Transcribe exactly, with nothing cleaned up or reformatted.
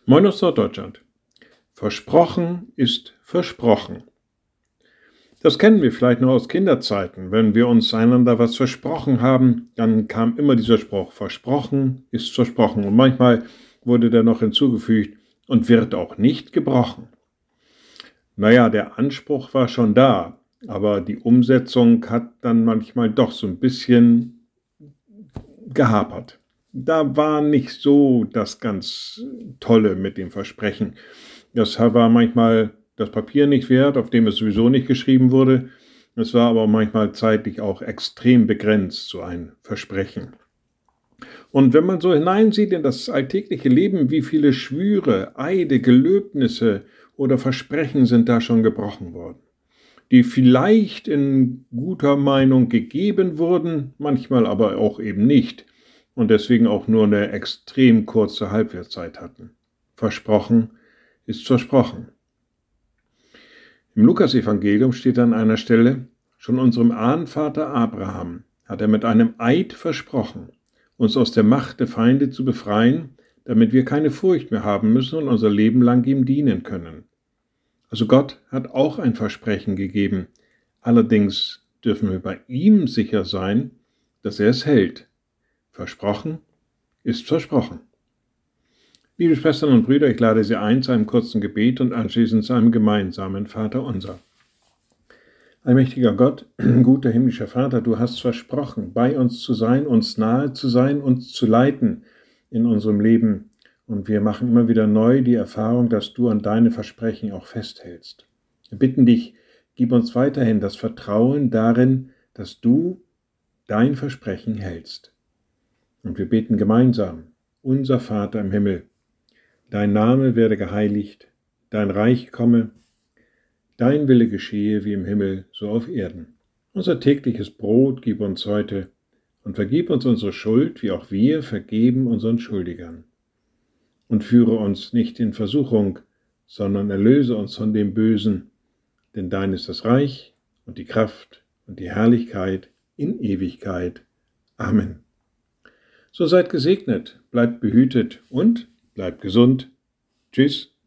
Moin aus Norddeutschland. Versprochen ist versprochen. Das kennen wir vielleicht noch aus Kinderzeiten. Wenn wir uns einander was versprochen haben, dann kam immer dieser Spruch, versprochen ist versprochen. Und manchmal wurde der noch hinzugefügt und wird auch nicht gebrochen. Naja, der Anspruch war schon da, aber die Umsetzung hat dann manchmal doch so ein bisschen gehapert. Da war nicht so das ganz Tolle mit dem Versprechen. Das war manchmal das Papier nicht wert, auf dem es sowieso nicht geschrieben wurde. Es war aber manchmal zeitlich auch extrem begrenzt, so ein Versprechen. Und wenn man so hineinsieht in das alltägliche Leben, wie viele Schwüre, Eide, Gelöbnisse oder Versprechen sind da schon gebrochen worden, die vielleicht in guter Meinung gegeben wurden, manchmal aber auch eben nicht und deswegen auch nur eine extrem kurze Halbwertszeit hatten. Versprochen ist versprochen. Im Lukasevangelium steht an einer Stelle, schon unserem Ahnvater Abraham hat er mit einem Eid versprochen, uns aus der Macht der Feinde zu befreien, damit wir keine Furcht mehr haben müssen und unser Leben lang ihm dienen können. Also Gott hat auch ein Versprechen gegeben. Allerdings dürfen wir bei ihm sicher sein, dass er es hält. Versprochen ist versprochen. Liebe Schwestern und Brüder, ich lade Sie ein zu einem kurzen Gebet und anschließend zu einem gemeinsamen Vaterunser. Allmächtiger Gott, guter himmlischer Vater, du hast versprochen, bei uns zu sein, uns nahe zu sein, uns zu leiten in unserem Leben. Und wir machen immer wieder neu die Erfahrung, dass du an deine Versprechen auch festhältst. Wir bitten dich, gib uns weiterhin das Vertrauen darin, dass du dein Versprechen hältst. Und wir beten gemeinsam, unser Vater im Himmel, dein Name werde geheiligt, dein Reich komme, dein Wille geschehe wie im Himmel, so auf Erden. Unser tägliches Brot gib uns heute und vergib uns unsere Schuld, wie auch wir vergeben unseren Schuldigern. Und führe uns nicht in Versuchung, sondern erlöse uns von dem Bösen, denn dein ist das Reich und die Kraft und die Herrlichkeit in Ewigkeit. Amen. So seid gesegnet, bleibt behütet und bleibt gesund. Tschüss.